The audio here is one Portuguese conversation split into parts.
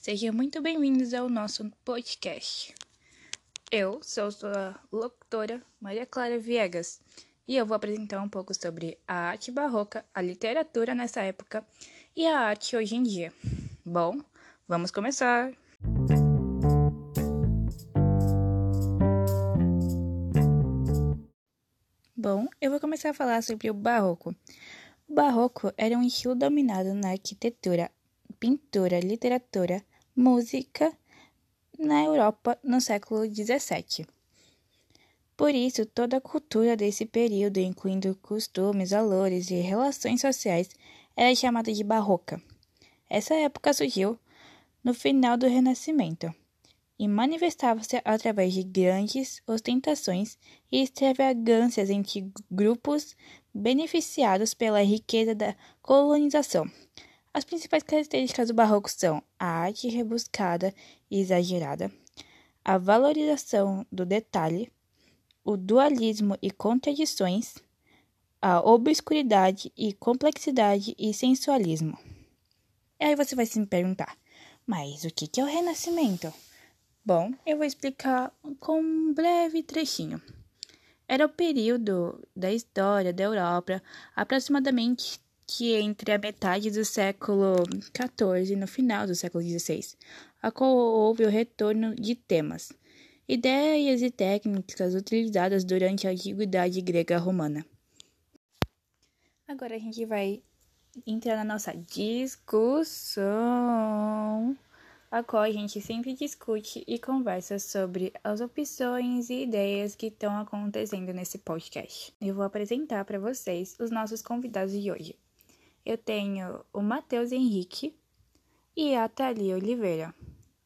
Sejam muito bem-vindos ao nosso podcast. Eu sou sua locutora, Maria Clara Viegas, e eu vou apresentar um pouco sobre a arte barroca, a literatura nessa época e a arte hoje em dia. Bom, vamos começar! Bom, eu vou começar a falar sobre o barroco. O barroco era um estilo dominado na arquitetura, pintura, literatura, música na Europa no século XVII. Por isso, toda a cultura desse período, incluindo costumes, valores e relações sociais, era chamada de barroca. Essa época surgiu no final do Renascimento e manifestava-se através de grandes ostentações e extravagâncias entre grupos beneficiados pela riqueza da colonização. As principais características do barroco são a arte rebuscada e exagerada, a valorização do detalhe, o dualismo e contradições, a obscuridade e complexidade e sensualismo. E aí você vai se perguntar, mas o que é o Renascimento? Bom, eu vou explicar com um breve trechinho. Era o período da história da Europa, aproximadamente que entre a metade do século XIV e no final do século XVI, a qual houve o retorno de temas, ideias e técnicas utilizadas durante a antiguidade grega romana. Agora a gente vai entrar na nossa discussão, a qual a gente sempre discute e conversa sobre as opções e ideias que estão acontecendo nesse podcast. Eu vou apresentar para vocês os nossos convidados de hoje. Eu tenho o Matheus Henrique e a Thalia Oliveira.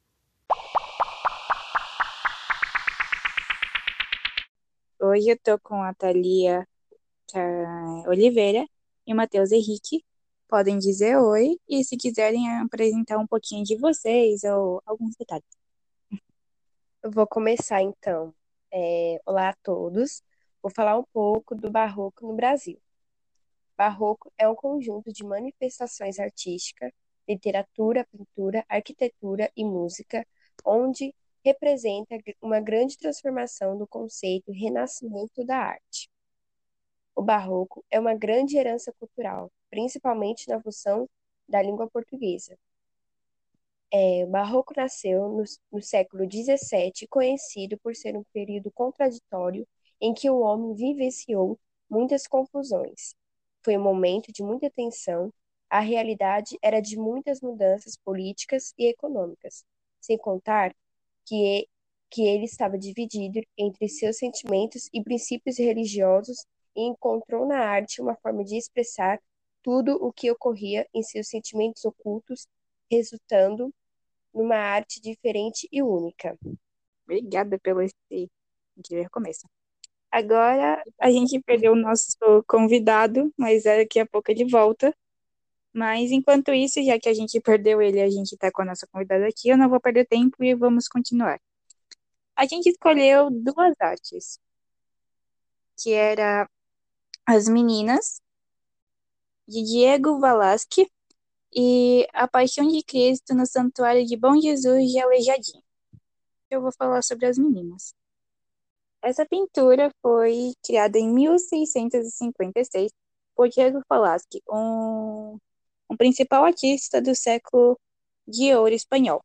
Hoje eu tô com a Thalia Oliveira e o Matheus Henrique. Podem dizer oi e, se quiserem, apresentar um pouquinho de vocês ou alguns detalhes. Eu vou começar então. Olá a todos. Vou falar um pouco do Barroco no Brasil. Barroco é um conjunto de manifestações artísticas, literatura, pintura, arquitetura e música, onde representa uma grande transformação do conceito renascimento da arte. O Barroco é uma grande herança cultural, principalmente na função da língua portuguesa. O Barroco nasceu no século XVII, conhecido por ser um período contraditório em que o homem vivenciou muitas confusões. Foi um momento de muita tensão, a realidade era de muitas mudanças políticas e econômicas, sem contar que, que ele estava dividido entre seus sentimentos e princípios religiosos e encontrou na arte uma forma de expressar tudo o que ocorria em seus sentimentos ocultos, resultando numa arte diferente e única. Obrigada pelo esse recomeço. Agora a gente perdeu o nosso convidado, mas daqui a pouco ele volta. Mas enquanto isso, já que a gente perdeu ele, a gente está com a nossa convidada aqui, eu não vou perder tempo e vamos continuar. A gente escolheu duas artes, que era As Meninas, de Diego Velázquez, e A Paixão de Cristo no Santuário de Bom Jesus de Aleijadinho. Eu vou falar sobre As Meninas. Essa pintura foi criada em 1656 por Diego Velázquez, um principal artista do século de ouro espanhol.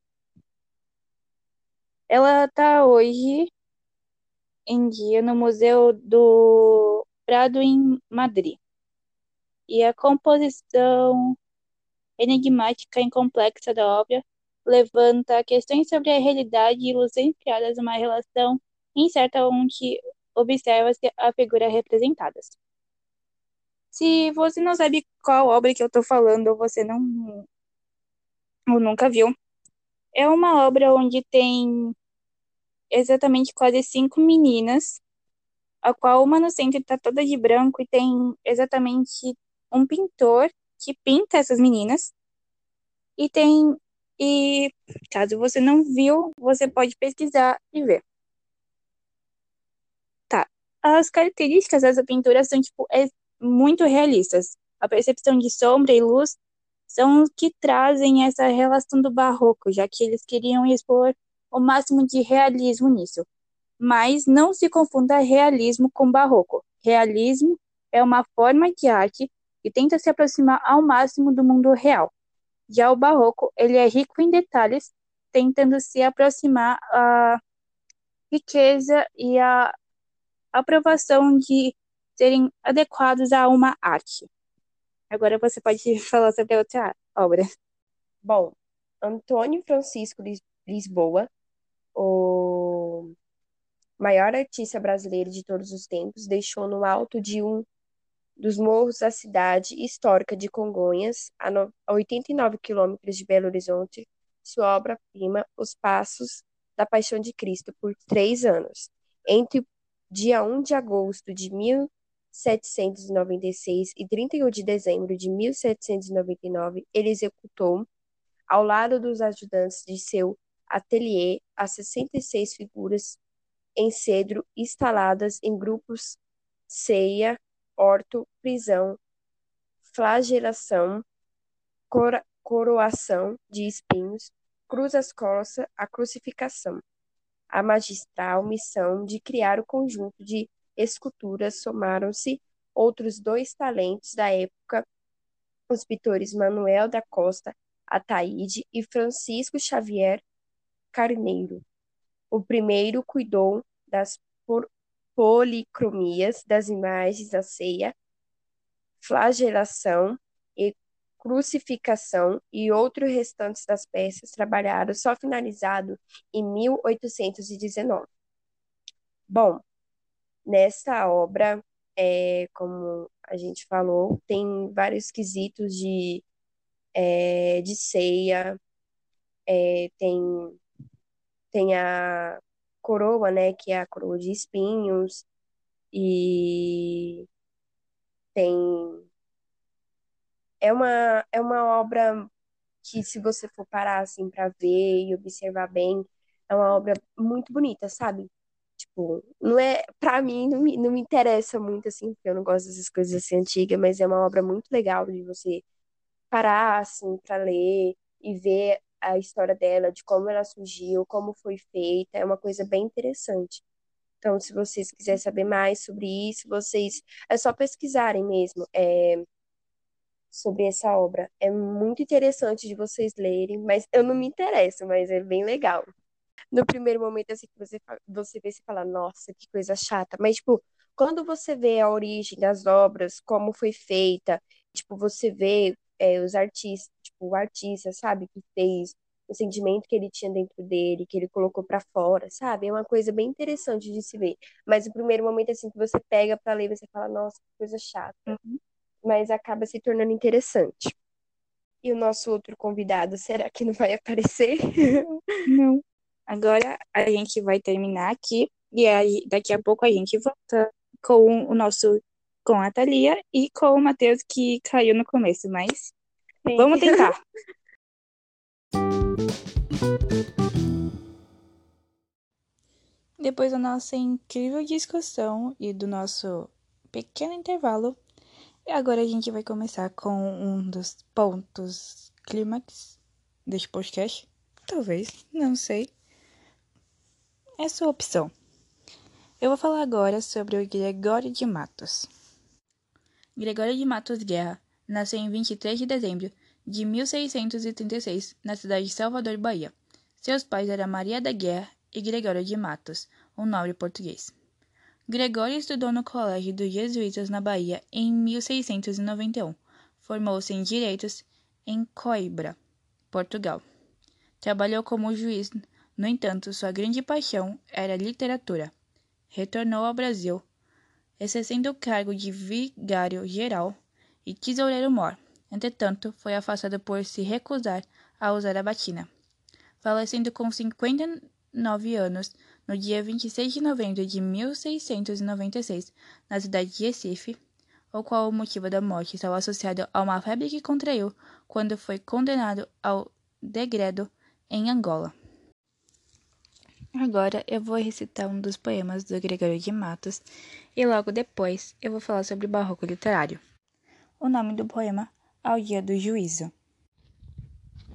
Ela está hoje em dia no Museu do Prado, em Madrid. E a composição enigmática e complexa da obra levanta questões sobre a realidade e ilusões criadas numa relação incerta onde observa-se a figura representada. Se você não sabe qual obra que eu estou falando, ou você não ou nunca viu, é uma obra onde tem exatamente quase 5 meninas, a qual uma no centro está toda de branco e tem exatamente um pintor que pinta essas meninas. E caso você não viu, você pode pesquisar e ver. Tá. As características dessa pintura são, muito realistas. A percepção de sombra e luz são os que trazem essa relação do barroco, já que eles queriam expor o máximo de realismo nisso. Mas não se confunda realismo com barroco. Realismo é uma forma de arte que tenta se aproximar ao máximo do mundo real. Já o barroco, ele é rico em detalhes, tentando se aproximar à riqueza e à aprovação de serem adequados a uma arte. Agora você pode falar sobre a outra obra. Bom, Antônio Francisco Lisboa, o maior artista brasileiro de todos os tempos, deixou no alto de um dos morros da cidade histórica de Congonhas, a 89 quilômetros de Belo Horizonte, sua obra-prima, Os Passos da Paixão de Cristo, por 3 anos. Entre o dia 1 de agosto de 1796 e 31 de dezembro de 1799, ele executou, ao lado dos ajudantes de seu ateliê, as 66 figuras em cedro instaladas em grupos ceia, horto, prisão, flagelação, coroação de espinhos, cruz às costas, a crucificação. A magistral missão de criar o conjunto de esculturas somaram-se outros dois talentos da época, os pintores Manuel da Costa Ataíde e Francisco Xavier Carneiro. O primeiro cuidou das policromias das imagens da ceia, flagelação e crucificação e outros restantes das peças trabalhados só finalizado em 1819. Bom, nessa obra, como a gente falou, tem vários quesitos de ceia, tem a coroa, né, que é a coroa de espinhos, e tem... É uma obra que, se você for parar, assim, para ver e observar bem, é uma obra muito bonita, sabe? Tipo, não é, pra mim, não me interessa muito, assim, porque eu não gosto dessas coisas assim antigas, mas é uma obra muito legal de você parar, assim, para ler e ver a história dela, de como ela surgiu, como foi feita, é uma coisa bem interessante. Então, se vocês quiserem saber mais sobre isso, é só pesquisarem mesmo, sobre essa obra. É muito interessante de vocês lerem, mas eu não me interesso, mas é bem legal. No primeiro momento, assim, que você vê, você fala, nossa, que coisa chata. Mas, tipo, quando você vê a origem das obras, como foi feita, tipo, você vê os artistas, tipo, o artista, sabe, que fez, o sentimento que ele tinha dentro dele, que ele colocou pra fora, sabe? É uma coisa bem interessante de se ver. Mas o primeiro momento, assim, que você pega pra ler, você fala, nossa, que coisa chata. Uhum. Mas acaba se tornando interessante. E o nosso outro convidado, será que não vai aparecer? Não. Agora a gente vai terminar aqui e aí daqui a pouco a gente volta com o nosso com a Thalia e com o Matheus que caiu no começo, mas Sim. vamos tentar. Depois da nossa incrível discussão e do nosso pequeno intervalo, agora a gente vai começar com um dos pontos clímax deste podcast. Talvez, não sei. É sua opção. Eu vou falar agora sobre o Gregório de Matos. Gregório de Matos Guerra nasceu em 23 de dezembro de 1636 na cidade de Salvador, Bahia. Seus pais eram Maria da Guerra e Gregório de Matos, um nobre português. Gregório estudou no Colégio dos Jesuítas na Bahia em 1691. Formou-se em Direitos em Coimbra, Portugal. Trabalhou como juiz, no entanto, sua grande paixão era a literatura. Retornou ao Brasil, exercendo o cargo de vigário-geral e tesoureiro-mor. Entretanto, foi afastado por se recusar a usar a batina, falecendo com 59 anos no dia 26 de novembro de 1696, na cidade de Recife, o qual o motivo da morte estava associado a uma febre que contraiu quando foi condenado ao degredo em Angola. Agora eu vou recitar um dos poemas do Gregório de Matos e logo depois eu vou falar sobre o barroco literário. O nome do poema é O Dia do Juízo.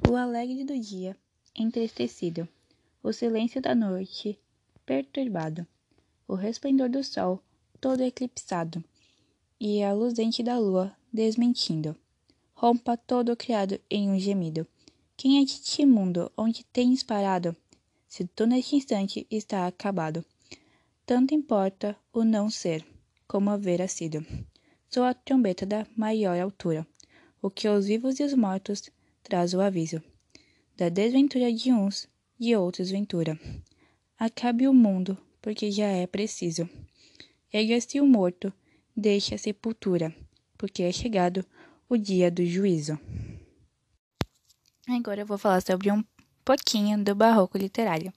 O alegre do dia, entristecido, o silêncio da noite, perturbado, o resplendor do sol, todo eclipsado, e a luzente da lua, desmentindo. Rompa todo o criado em um gemido. Quem é de ti, mundo, onde tens parado? Se tu neste instante está acabado. Tanto importa o não ser, como haver sido. Sou a trombeta da maior altura, o que aos vivos e os mortos traz o aviso. Da desventura de uns, de outros ventura. Acabe o mundo, porque já é preciso. Erga-se o morto, deixa a sepultura, porque é chegado o dia do juízo. Agora eu vou falar sobre um pouquinho do barroco literário.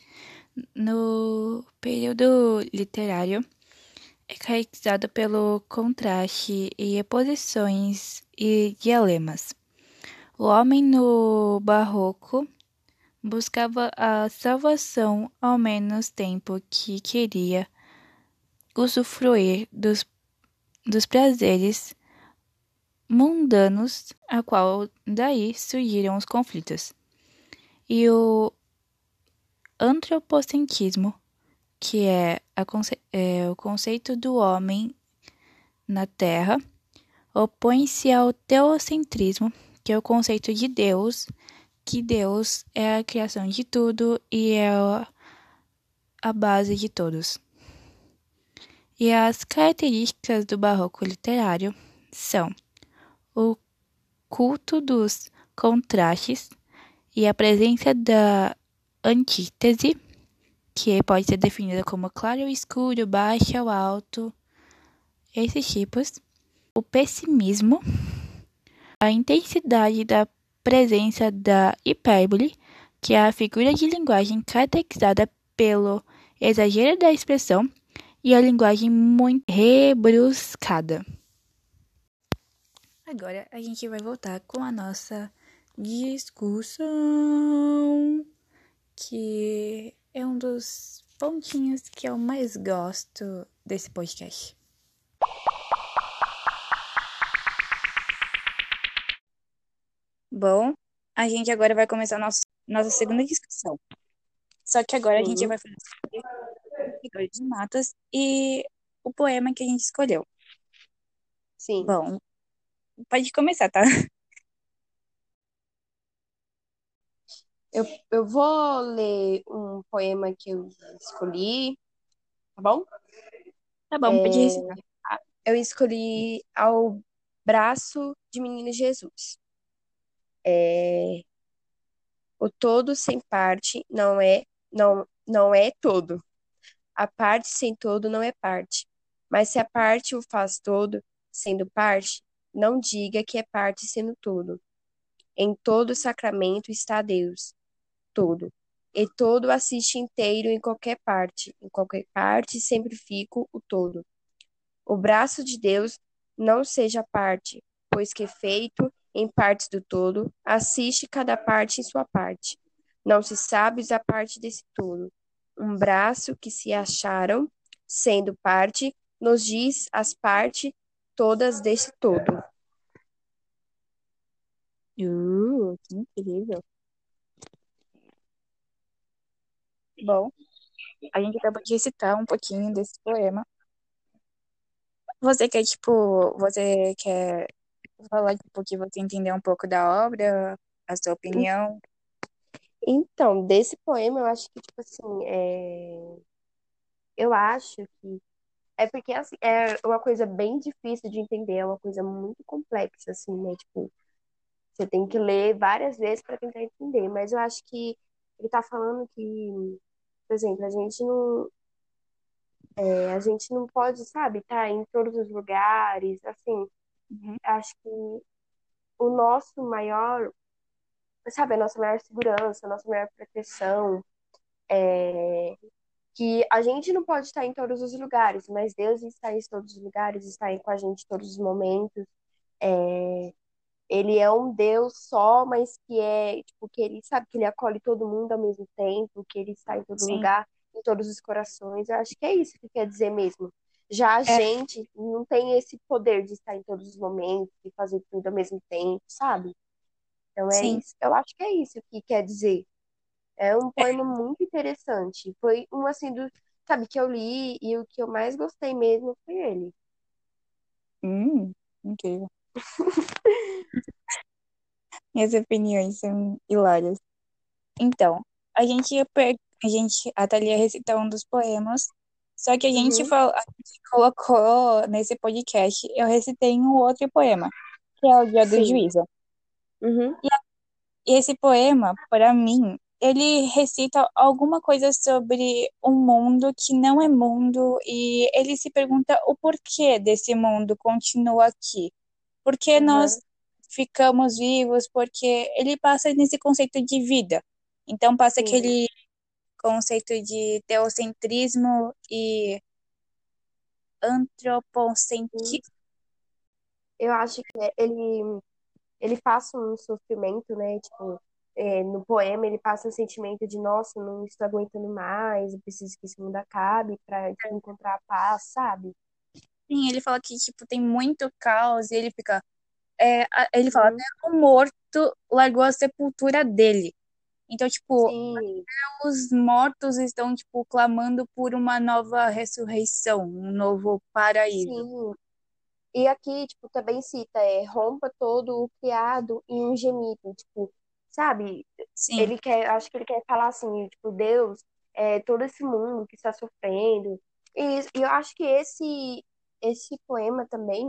No período literário, é caracterizado pelo contraste e reposições e dialemas. O homem no barroco buscava a salvação ao menos tempo que queria usufruir dos prazeres mundanos, a qual daí surgiram os conflitos. E o antropocentrismo, que é o conceito do homem na Terra, opõe-se ao teocentrismo, que é o conceito de Deus, que Deus é a criação de tudo e é a base de todos. E as características do barroco literário são o culto dos contrastes e a presença da antítese, que pode ser definida como claro ou escuro, baixo ou alto, esses tipos. O pessimismo, a intensidade da presença da hipérbole, que é a figura de linguagem caracterizada pelo exagero da expressão e a linguagem muito rebruscada. Agora a gente vai voltar com a nossa discussão, que é um dos pontinhos que eu mais gosto desse podcast. Bom, a gente agora vai começar nossa segunda discussão. Só que agora a gente vai falar sobre Gregório de Matos e o poema que a gente escolheu. Sim. Bom, pode começar, tá? Eu vou ler um poema que eu escolhi, tá bom? Tá bom, pode recitar. Eu escolhi Ao Braço de Menino Jesus. O todo sem parte não é todo. A parte sem todo não é parte. Mas se a parte o faz todo, sendo parte, não diga que é parte sendo todo. Em todo sacramento está Deus, todo. E todo assiste inteiro em qualquer parte. Em qualquer parte sempre fica o todo. O braço de Deus não seja parte, pois que feito em partes do todo, assiste cada parte em sua parte. Não se sabe a parte desse todo. Um braço que se acharam, sendo parte, nos diz as partes todas desse todo. Que incrível. Bom, a gente acabou de recitar um pouquinho desse poema. Você quer falar, tipo, que você entendeu um pouco da obra, a sua opinião? Então, desse poema, eu acho que, tipo assim, eu acho que é porque assim, é uma coisa bem difícil de entender, é uma coisa muito complexa, assim, né? Tipo, você tem que ler várias vezes para tentar entender. Mas eu acho que ele tá falando que, por exemplo, a gente não pode, sabe, estar em todos os lugares, assim. Uhum. Acho que o nosso maior, sabe, a nossa maior segurança, a nossa maior proteção, é que a gente não pode estar em todos os lugares, mas Deus está em todos os lugares, está aí com a gente em todos os momentos. É, Ele é um Deus só, mas que é, tipo, que ele sabe que ele acolhe todo mundo ao mesmo tempo, que ele está em todo Sim. lugar, em todos os corações. Eu acho que é isso que quer dizer mesmo. Já a É, gente não tem esse poder de estar em todos os momentos e fazer tudo ao mesmo tempo, sabe? Então é Sim. isso. Eu acho que é isso que quer dizer. É um poema muito interessante. Foi um assim do, sabe, que eu li e o que eu mais gostei mesmo foi ele. Incrível. Minhas opiniões são hilárias. Então, a Thalia recitar um dos poemas, só que Uhum, a gente colocou nesse podcast, eu recitei um outro poema, que é o Dia do sim. Juízo. Uhum, E esse poema, para mim, ele recita alguma coisa sobre um mundo que não é mundo e ele se pergunta o porquê desse mundo continua aqui. Por que aham, nós ficamos vivos? Porque ele passa nesse conceito de vida. Então passa sim. aquele conceito de teocentrismo e Uhum. antropocentrismo. Eu acho que ele passa um sofrimento, né? Tipo, no poema ele passa um sentimento de, nossa, não estou aguentando mais, eu preciso que esse mundo acabe para encontrar a paz, sabe? Sim, ele fala que tipo tem muito caos e ele fica ele fala até Uhum. o morto largou a sepultura dele. Então, tipo, Sim, os mortos estão tipo clamando por uma nova ressurreição, um novo paraíso. sim. E aqui, tipo, também cita, rompa todo o criado em um gemido, tipo, sabe? Sim, Ele quer, acho que ele quer falar assim, tipo, Deus, todo esse mundo que está sofrendo. E eu acho que esse poema também,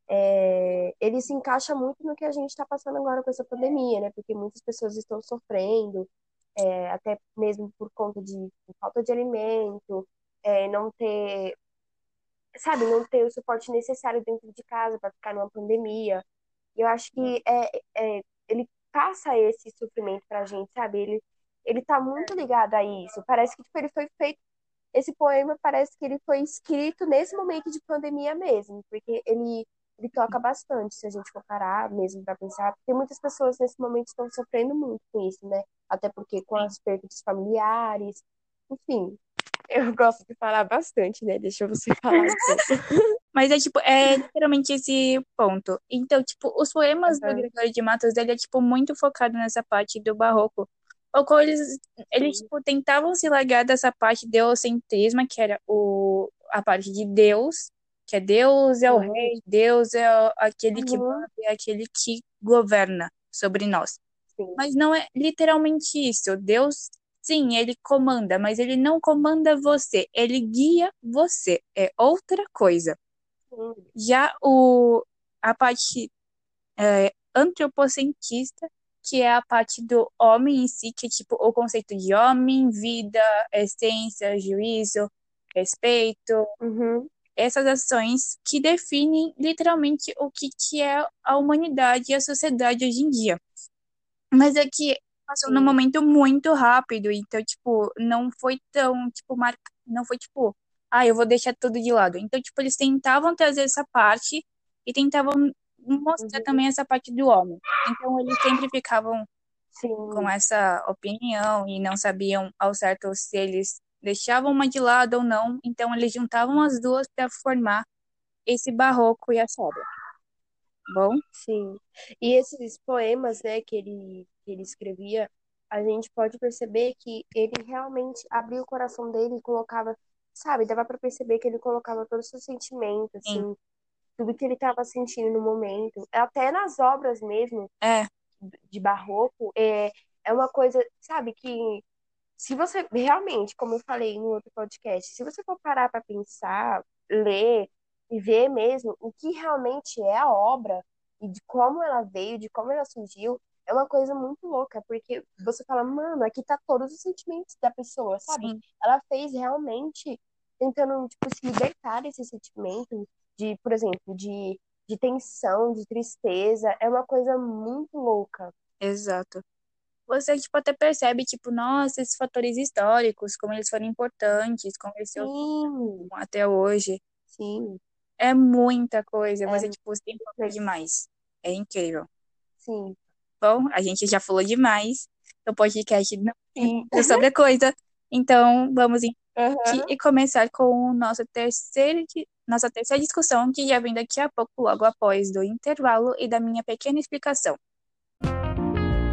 ele se encaixa muito no que a gente está passando agora com essa pandemia, né? Porque muitas pessoas estão sofrendo, até mesmo por conta de falta de alimento, não ter, sabe, não ter o suporte necessário dentro de casa para ficar numa pandemia. E eu acho que ele passa esse sofrimento pra gente, sabe? Ele tá muito ligado a isso. Parece que tipo, ele foi feito. Esse poema parece que ele foi escrito nesse momento de pandemia mesmo, porque ele toca bastante, se a gente for parar mesmo para pensar, porque muitas pessoas nesse momento estão sofrendo muito com isso, né? Até porque com sim. as perdas dos familiares, enfim, eu gosto de falar bastante, né? Deixa você falar um pouco. Mas é tipo, é literalmente esse ponto. Então, tipo, os poemas do Aham, Gregório de Matos, ele é tipo muito focado nessa parte do barroco, o qual eles sim. tipo tentavam se largar dessa parte teocentrismo, que era a parte de Deus, que é Deus é o Sim. rei, Deus é aquele que Uhum, manda, é aquele que governa sobre nós. sim. Mas não é literalmente isso. Deus, sim, ele comanda, mas ele não comanda você, ele guia você. É outra coisa. Sim. Já a parte antropocentista, que é a parte do homem em si, que é tipo o conceito de homem, vida, essência, juízo, respeito, Uhum, essas ações que definem literalmente que é a humanidade e a sociedade hoje em dia. Mas é que passou num sim. momento muito rápido, então, tipo, não foi tão, tipo, não foi tipo, eu vou deixar tudo de lado. Então, tipo, eles tentavam trazer essa parte e tentavam mostrar Uhum, também essa parte do homem. Então, eles sempre ficavam com sim, essa opinião e não sabiam ao certo se eles deixavam uma de lado ou não. Então, eles juntavam as duas para formar esse barroco e a sobra. Bom, sim. E esses poemas, né, que ele escrevia, a gente pode perceber que ele realmente abria o coração dele e colocava, sabe, dava para perceber que ele colocava todo o seu sentimento, sim, assim, tudo que ele estava sentindo no momento. Até nas obras mesmo é, de barroco, é uma coisa, sabe, que se você realmente, como eu falei no outro podcast, se você for parar para pensar, ler e ver mesmo o que realmente é a obra e de como ela veio, de como ela surgiu, é uma coisa muito louca, porque você fala, mano, aqui tá todos os sentimentos da pessoa, sabe? sim. Ela fez realmente tentando, tipo, se libertar desse sentimento de, por exemplo, de tensão, de tristeza, é uma coisa muito louca. Exato. Você, tipo, até percebe, tipo, nossa, esses fatores históricos, como eles foram importantes, como eles se Sim, até hoje. sim, É muita coisa, é você, muito tipo, tem falado legal. demais. É incrível. Sim, Bom, a gente já falou demais. O podcast não tem sim. muito sobre a coisa. Então, vamos em frente Aham. e começar com o nossa terceira discussão, que já vem daqui a pouco, logo após do intervalo e da minha pequena explicação.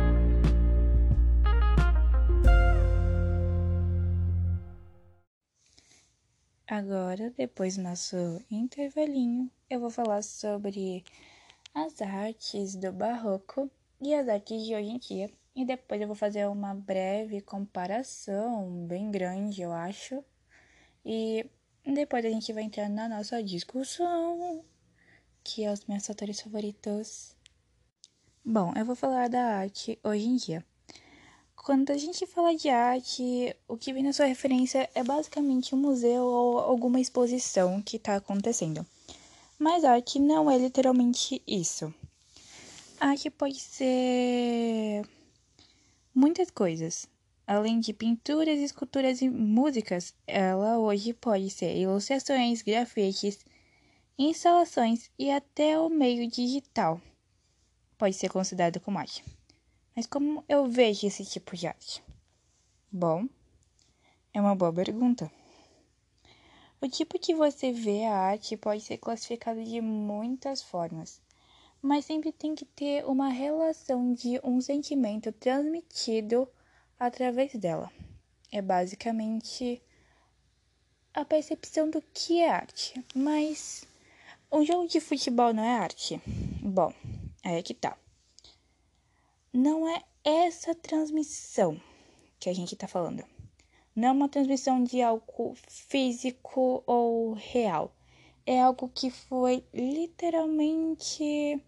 Agora, depois do nosso intervalinho, eu vou falar sobre as artes do Barroco e as artes de hoje em dia. E depois eu vou fazer uma breve comparação, bem grande, eu acho. E depois a gente vai entrar na nossa discussão, que é os meus autores favoritos. Bom, eu vou falar da arte hoje em dia. Quando a gente fala de arte, o que vem na sua referência é basicamente um museu ou alguma exposição que está acontecendo. Mas arte não é literalmente isso. A arte pode ser muitas coisas. Além de pinturas, esculturas e músicas, ela hoje pode ser ilustrações, grafites, instalações e até o meio digital pode ser considerado como arte. Mas como eu vejo esse tipo de arte? Bom, é uma boa pergunta. O tipo que você vê a arte pode ser classificado de muitas formas, mas sempre tem que ter uma relação de um sentimento transmitido através dela. É basicamente a percepção do que é arte. Mas um jogo de futebol não é arte? Bom, aí é que tá. Não é essa transmissão que a gente tá falando. Não é uma transmissão de algo físico ou real. É algo que foi literalmente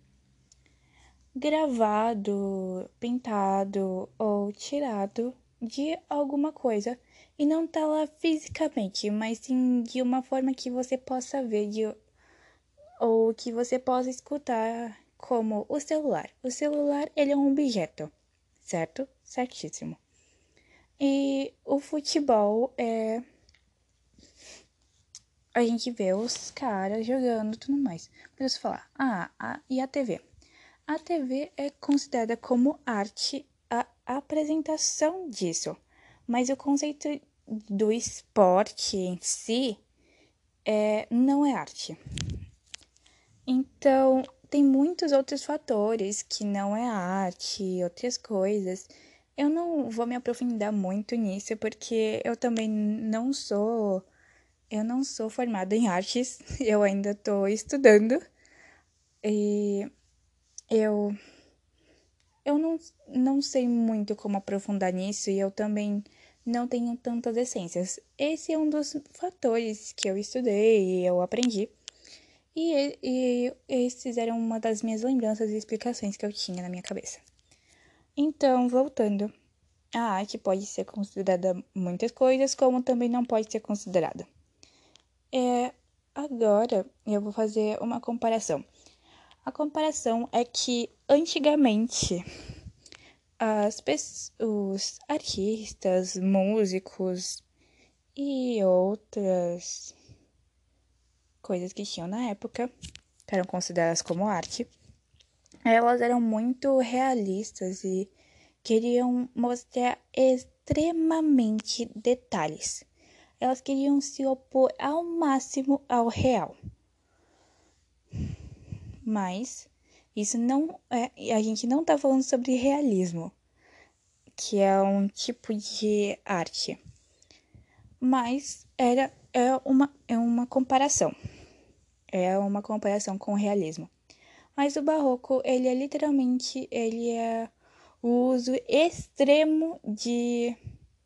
gravado, pintado ou tirado de alguma coisa e não tá lá fisicamente, mas sim de uma forma que você possa ver ou que você possa escutar, como o celular. O celular, ele é um objeto, certo? Certíssimo. E o futebol é a gente vê os caras jogando e tudo mais. Mas você falar, e a TV? A TV é considerada como arte a apresentação disso. Mas o conceito do esporte em si não é arte. Então, tem muitos outros fatores que não é arte e outras coisas. Eu não vou me aprofundar muito nisso porque eu também não sou formada em artes, eu ainda estou estudando e eu, eu não sei muito como aprofundar nisso e eu também não tenho tantas essências. Esse é um dos fatores que eu estudei e eu aprendi. E esses eram uma das minhas lembranças e explicações que eu tinha na minha cabeça. Então, voltando, a arte pode ser considerada muitas coisas, como também não pode ser considerada. Agora eu vou fazer uma comparação. A comparação é que antigamente os artistas, músicos e outras coisas que tinham na época, que eram consideradas como arte, elas eram muito realistas e queriam mostrar extremamente detalhes. Elas queriam se opor ao máximo ao real. Mas isso não é. A gente não tá falando sobre realismo, que é um tipo de arte. Mas é uma comparação. É uma comparação com o realismo. Mas o barroco, ele é o uso extremo de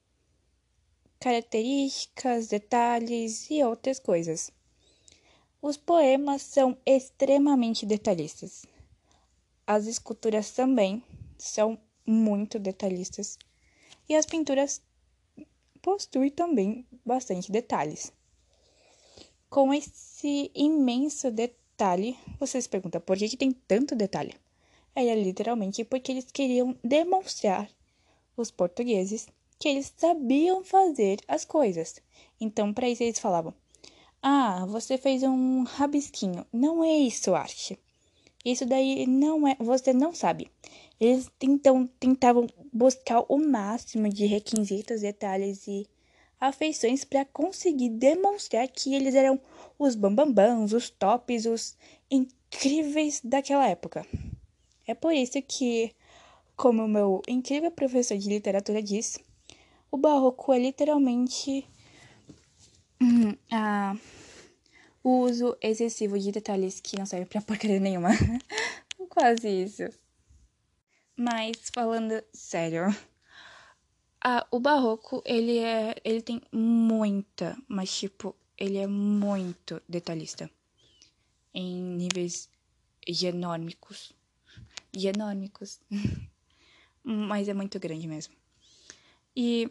características, detalhes e outras coisas. Os poemas são extremamente detalhistas. As esculturas também são muito detalhistas. E as pinturas possuem também bastante detalhes. Com esse imenso detalhe, você se pergunta por que tem tanto detalhe? É literalmente porque eles queriam demonstrar os portugueses que eles sabiam fazer as coisas. Então, para isso eles falavam: você fez um rabisquinho. Não é isso arte. Isso daí não é, você não sabe. Eles tentavam buscar o máximo de requisitos, detalhes e afeições para conseguir demonstrar que eles eram os bambambãs, os tops, os incríveis daquela época. É por isso que, como o meu incrível professor de literatura diz, o barroco é literalmente Ah, o uso excessivo de detalhes que não servem pra porcaria nenhuma. Quase isso. Mas falando sério, o barroco, ele tem muita, mas tipo, ele é muito detalhista em níveis genômicos, genômicos, mas é muito grande mesmo. E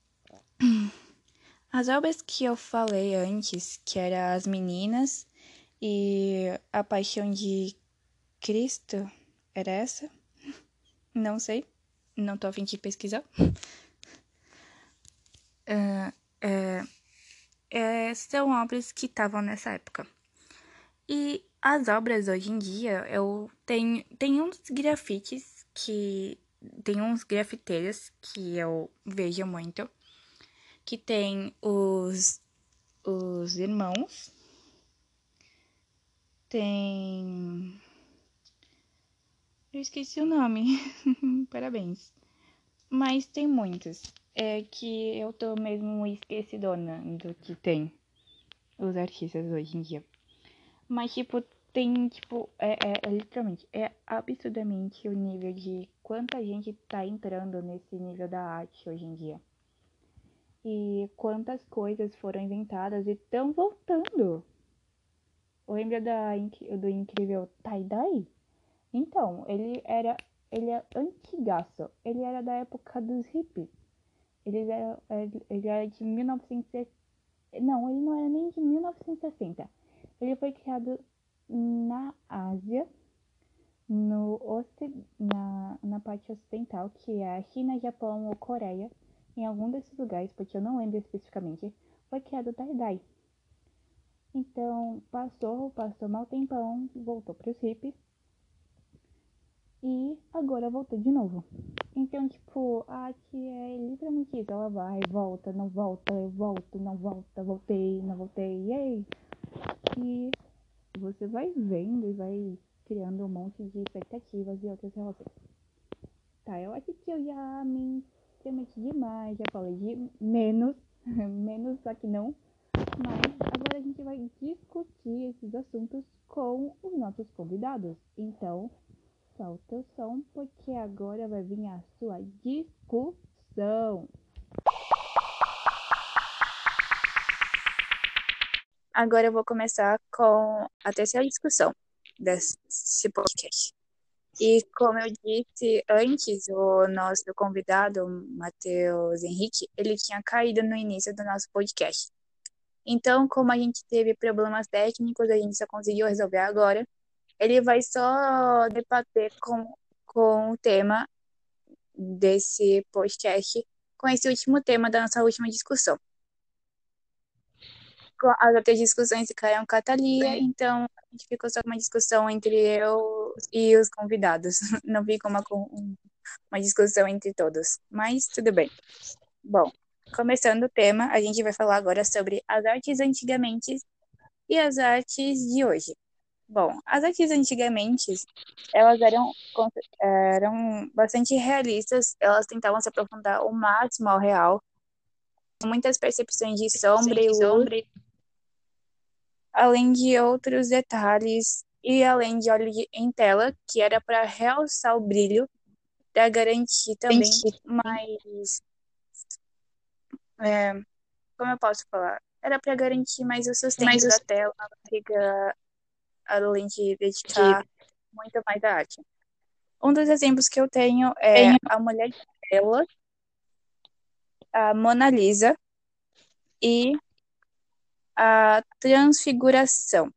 as obras que eu falei antes, que eram As Meninas e A Paixão de Cristo, era essa? Não sei, não tô a fim de pesquisar. São obras que estavam nessa época. E as obras hoje em dia, eu tenho. Tem uns grafites que. Tem uns grafiteiros que eu vejo muito. Que tem os irmãos. Tem. Eu esqueci o nome. Parabéns. Mas tem muitos. É que eu tô mesmo esquecidona do que tem os artistas hoje em dia. Mas, tipo, tem, tipo, literalmente, é absurdamente o nível de quanta gente tá entrando nesse nível da arte hoje em dia. E quantas coisas foram inventadas e estão voltando. Lembra do incrível tie-dye? Então, ele é antigaço. Ele era da época dos hippies. Ele era de 1960. Não, ele não era nem de 1960. Ele foi criado na Ásia, na parte ocidental, que é a China, Japão ou Coreia. Em algum desses lugares, porque eu não lembro especificamente, foi criado o tie-dye. Então, passou mal tempão, voltou para os hippies. E agora voltou de novo. Então, tipo, a arte é literalmente isso. Ela vai, volta, não volta, eu volto, não volta, voltei, não voltei, yay! E você vai vendo e vai criando um monte de expectativas e outras relações. Tá, eu acho que eu já me prometi demais, já falei de menos, menos só que não. Mas agora a gente vai discutir esses assuntos com os nossos convidados. Então, solta o som, porque agora vai vir a sua discussão. Agora eu vou começar com a terceira discussão desse podcast. E como eu disse antes, o nosso convidado, Matheus Henrique, ele tinha caído no início do nosso podcast. Então, como a gente teve problemas técnicos, a gente só conseguiu resolver agora. Ele vai só debater com o tema desse podcast, com esse último tema da nossa última discussão. As outras discussões ficaram com a Thalia, então a gente ficou só com uma discussão entre eu e os convidados. Não ficou uma discussão entre todos, mas tudo bem. Bom, começando o tema, a gente vai falar agora sobre as artes antigamente e as artes de hoje. Bom, as artes antigamente, elas eram bastante realistas, elas tentavam se aprofundar o máximo ao real, com muitas percepções de sombra e luz, além de outros detalhes e além de óleo em tela, que era para realçar o brilho, para garantir também mais, como eu posso falar? Era para garantir mais o sustento da tela, além de dedicar muito mais à arte. Um dos exemplos que eu tenho é a Mulher de Tela, a Mona Lisa e a Transfiguração.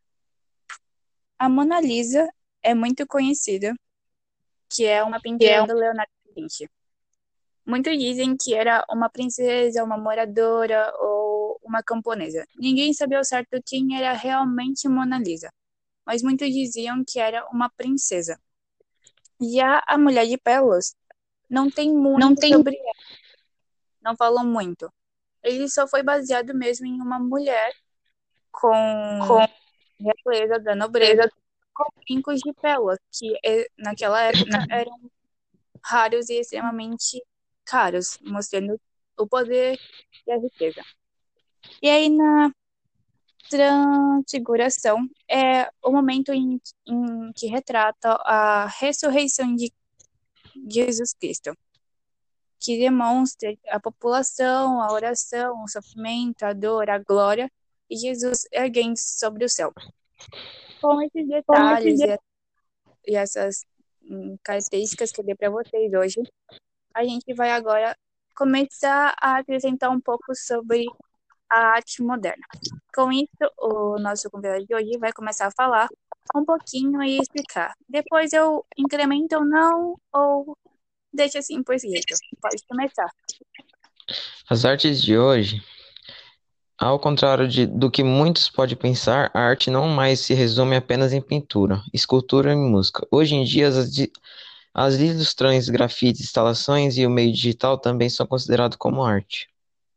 A Mona Lisa é muito conhecida, que é uma pintura do Leonardo da Vinci. Muitos dizem que era uma princesa, uma moradora ou uma camponesa. Ninguém sabia ao certo quem era realmente Mona Lisa, mas muitos diziam que era uma princesa. Já a Mulher de Pérolas não tem muito sobre ela, não falam muito. Ele só foi baseado mesmo em uma mulher com realeza da nobreza, com brincos de pérolas, que naquela época eram raros e extremamente caros, mostrando o poder e a riqueza. E aí, na transfiguração, é o momento em que retrata a ressurreição de Jesus Cristo, que demonstra a população, a oração, o sofrimento, a dor, a glória, e Jesus erguendo sobre o céu. Com esses detalhes e essas características que eu dei para vocês hoje, a gente vai agora começar a apresentar um pouco sobre a arte moderna. Com isso, o nosso convidado de hoje vai começar a falar um pouquinho e explicar. Depois eu incremento ou não, ou deixo assim por escrito. Pode começar. As artes de hoje, ao contrário do que muitos podem pensar, a arte não mais se resume apenas em pintura, escultura e música. Hoje em dia, as ilustrações, grafites, instalações e o meio digital também são considerados como arte.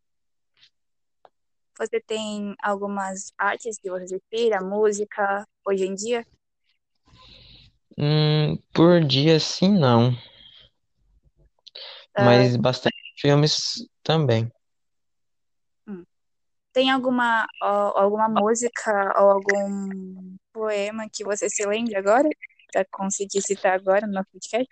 Você tem algumas artes que você inspira, música, hoje em dia? Por dia, sim, não. Mas bastante filmes também. Tem alguma música ou algum poema que você se lembre agora? Para conseguir citar agora no nosso podcast?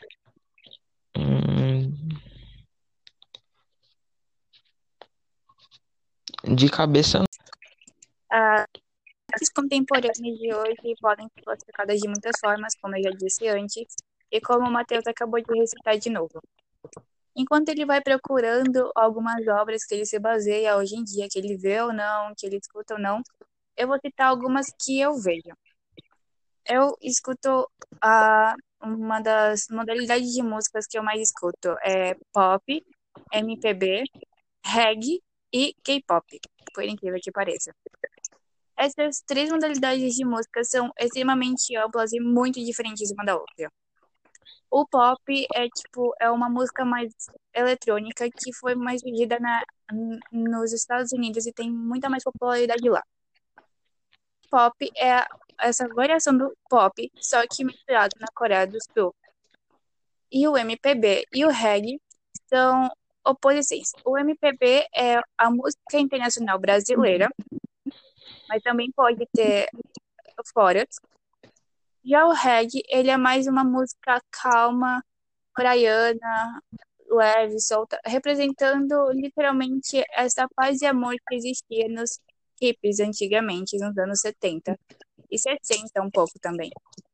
De cabeça, As artes contemporâneas de hoje podem ser classificadas de muitas formas, como eu já disse antes, e como o Matheus acabou de recitar de novo. Enquanto ele vai procurando algumas obras que ele se baseia hoje em dia, que ele vê ou não, que ele escuta ou não, eu vou citar algumas que eu vejo. Eu escuto uma das modalidades de músicas que eu mais escuto é pop, MPB, reggae e K-pop, por incrível que pareça. Essas três modalidades de música são extremamente amplas e muito diferentes uma da outra. O pop é uma música mais eletrônica que foi mais vendida nos Estados Unidos e tem muita mais popularidade lá. Pop é essa variação do pop, só que misturado na Coreia do Sul. E o MPB e o reggae são oposições. O MPB é a música internacional brasileira, mas também pode ter fora. Já o reggae, ele é mais uma música calma, praiana, leve, solta, representando literalmente essa paz e amor que existia nos hippies antigamente, nos anos 70 e 60 um pouco também.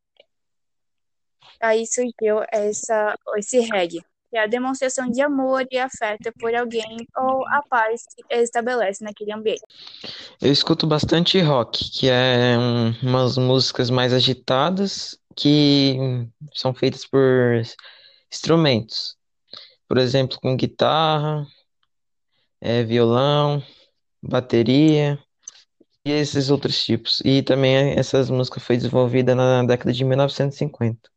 Aí surgiu esse reggae, que é a demonstração de amor e afeto por alguém ou a paz que estabelece naquele ambiente. eu escuto bastante rock, que é umas músicas mais agitadas que são feitas por instrumentos. Por exemplo, com guitarra, violão, bateria e esses outros tipos. E também essas músicas foi desenvolvida na década de 1950.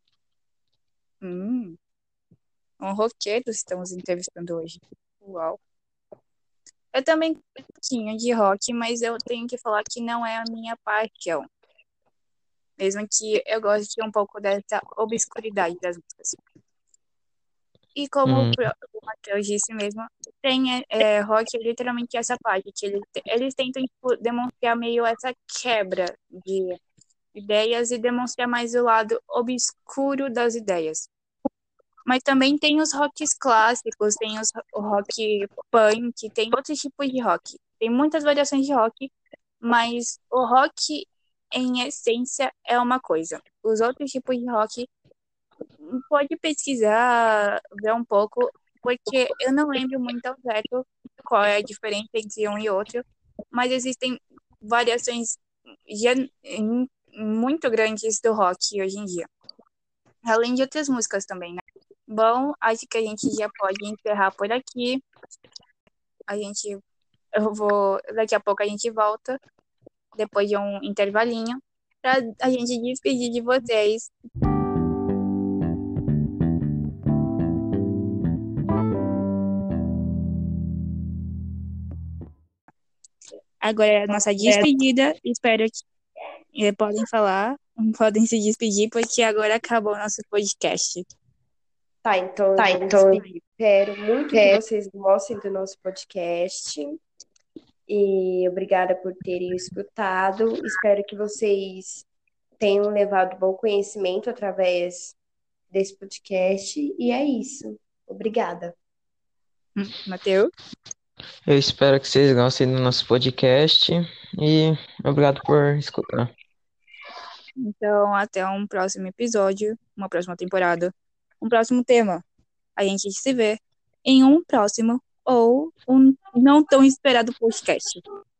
Um roqueiro estamos entrevistando hoje. Uau! Eu também gosto um pouquinho de rock, mas eu tenho que falar que não é a minha paixão. Mesmo que eu goste um pouco dessa obscuridade das músicas. E como o Matheus disse mesmo, tem rock é literalmente essa parte, que eles tentam demonstrar meio essa quebra de ideias e demonstrar mais o lado obscuro das ideias. Mas também tem os rocks clássicos, tem o rock punk, tem outros tipos de rock. Tem muitas variações de rock, mas o rock, em essência, é uma coisa. Os outros tipos de rock, pode pesquisar, ver um pouco, porque eu não lembro muito ao certo qual é a diferença entre um e outro, mas existem variações muito grandes do rock hoje em dia. Além de outras músicas também, né? Bom, acho que a gente já pode encerrar por aqui. Daqui a pouco a gente volta, depois de um intervalinho, para a gente despedir de vocês. Agora é a nossa despedida. Espero que podem falar, podem se despedir, porque agora acabou o nosso podcast. Tá, então eu vou me despedir. Espero muito que vocês gostem do nosso podcast. E obrigada por terem escutado. Espero que vocês tenham levado bom conhecimento através desse podcast. E é isso. Obrigada. Matheus? Eu espero que vocês gostem do nosso podcast e obrigado por escutar. Então, até um próximo episódio, uma próxima temporada, um próximo tema. A gente se vê em um próximo ou um não tão esperado podcast.